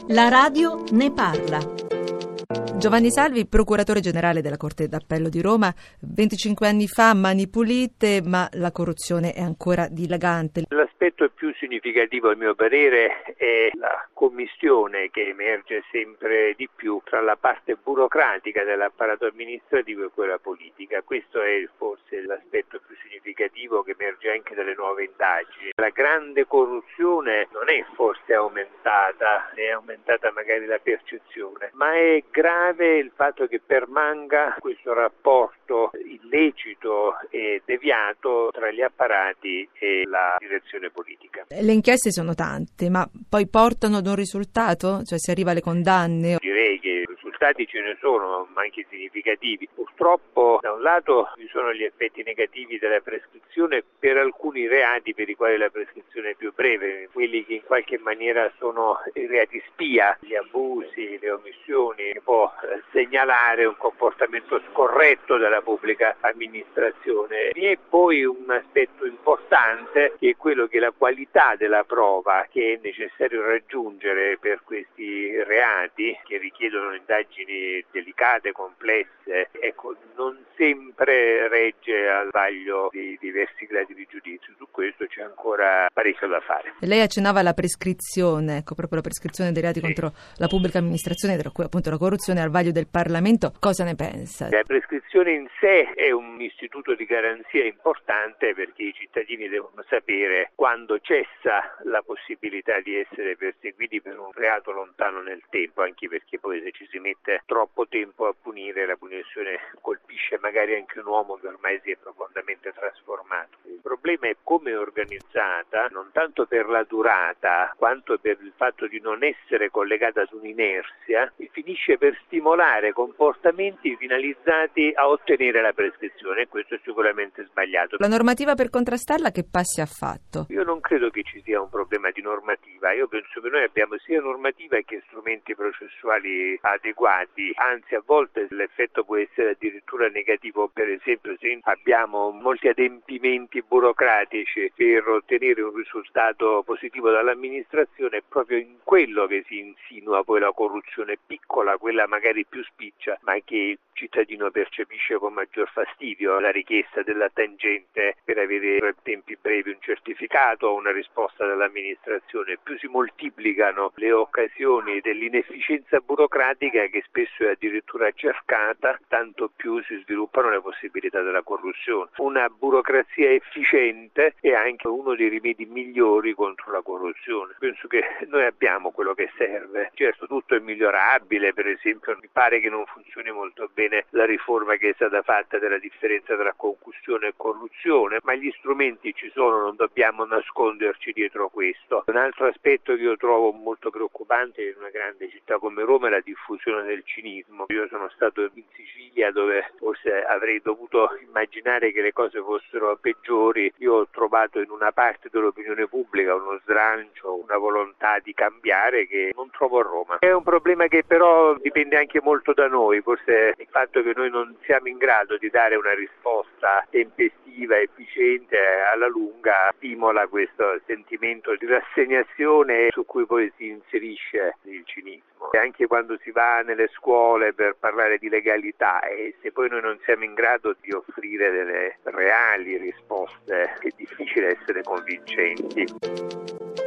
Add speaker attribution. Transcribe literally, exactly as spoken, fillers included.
Speaker 1: La radio ne parla.
Speaker 2: Giovanni Salvi, procuratore generale della Corte d'Appello di Roma, venticinque anni fa Mani Pulite, ma la corruzione è ancora dilagante.
Speaker 3: L'aspetto più significativo, a mio parere, è la commistione che emerge sempre di più tra la parte burocratica dell'apparato amministrativo e quella politica. Questo è forse l'aspetto più significativo che emerge anche dalle nuove indagini. La grande corruzione non è forse aumentata, è aumentata magari la percezione, ma è grave il fatto che permanga questo rapporto illecito e deviato tra gli apparati e la direzione politica.
Speaker 2: Le inchieste sono tante, ma poi portano ad un risultato? Cioè si arriva alle condanne?
Speaker 3: Direi che risultati ce ne sono, ma anche significativi. Purtroppo da un lato vi sono gli effetti negativi della prescrizione per alcuni reati per i quali la prescrizione è più breve, quelli che in qualche maniera sono i reati spia, gli abusi, le omissioni, che può segnalare un comportamento scorretto della pubblica amministrazione. Vi è poi un aspetto importante che è quello che la qualità della prova che è necessario raggiungere per questi reati, che richiedono indagini delicate, complesse, ecco, non sempre regge al vaglio di diversi gradi di giudizio. Su questo c'è ancora parecchio da fare.
Speaker 2: Lei accennava alla prescrizione, ecco, proprio la prescrizione dei reati
Speaker 3: sì.
Speaker 2: contro la pubblica amministrazione, tra cui appunto la corruzione, al vaglio del Parlamento. Cosa ne pensa?
Speaker 3: La prescrizione in sé è un istituto di garanzia importante perché i cittadini devono sapere quando cessa la possibilità di essere perseguiti per un reato lontano nel tempo, anche perché poi se ci si mette troppo tempo a punire, la punizione colpisce magari anche un uomo che ormai si è profondamente trasformato. Il problema è come è organizzata, non tanto per la durata quanto per il fatto di non essere collegata ad un'inerzia, e finisce per stimolare comportamenti finalizzati a ottenere la prescrizione, e questo è sicuramente sbagliato.
Speaker 2: La normativa per contrastarla che passi ha fatto?
Speaker 3: Io non credo che ci sia un problema di normativa, io penso che noi abbiamo sia normativa che strumenti processuali adeguati, anzi a volte l'effetto può essere addirittura negativo. Per esempio, se abbiamo molti adempimenti burocratici per ottenere un risultato positivo dall'amministrazione, è proprio in quello che si insinua poi la corruzione piccola, quella magari più spiccia, ma che il cittadino percepisce con maggior fastidio. La richiesta della tangente per avere in tempi brevi un certificato o una risposta dall'amministrazione. Più si moltiplicano le occasioni dell'inefficienza burocratica, che spesso è addirittura cercata, tanto più si sviluppano le possibilità della corruzione. Una burocrazia efficiente è anche uno dei rimedi migliori contro la corruzione. Penso che noi abbiamo quello che serve. Certo, tutto è migliorabile, per esempio mi pare che non funzioni molto bene la riforma che è stata fatta della differenza tra concussione e corruzione, ma gli strumenti ci sono, non dobbiamo nasconderci dietro questo. Un altro aspetto che io trovo molto preoccupante in una grande città come Roma è la diffusione del cinismo. Io sono stato in Sicilia, dove forse avrei dovuto immaginare che le cose fossero peggiori. Io ho trovato in una parte dell'opinione pubblica uno slancio, una volontà di cambiare che non trovo a Roma. È un problema che però dipende anche molto da noi, forse il fatto che noi non siamo in grado di dare una risposta tempestiva, efficiente, alla lunga stimola questo sentimento di rassegnazione su cui poi si inserisce il cinismo. E anche quando si va nelle scuole per parlare di legalità, e se poi noi non siamo in grado di offrire delle reali risposte, è difficile essere convincenti.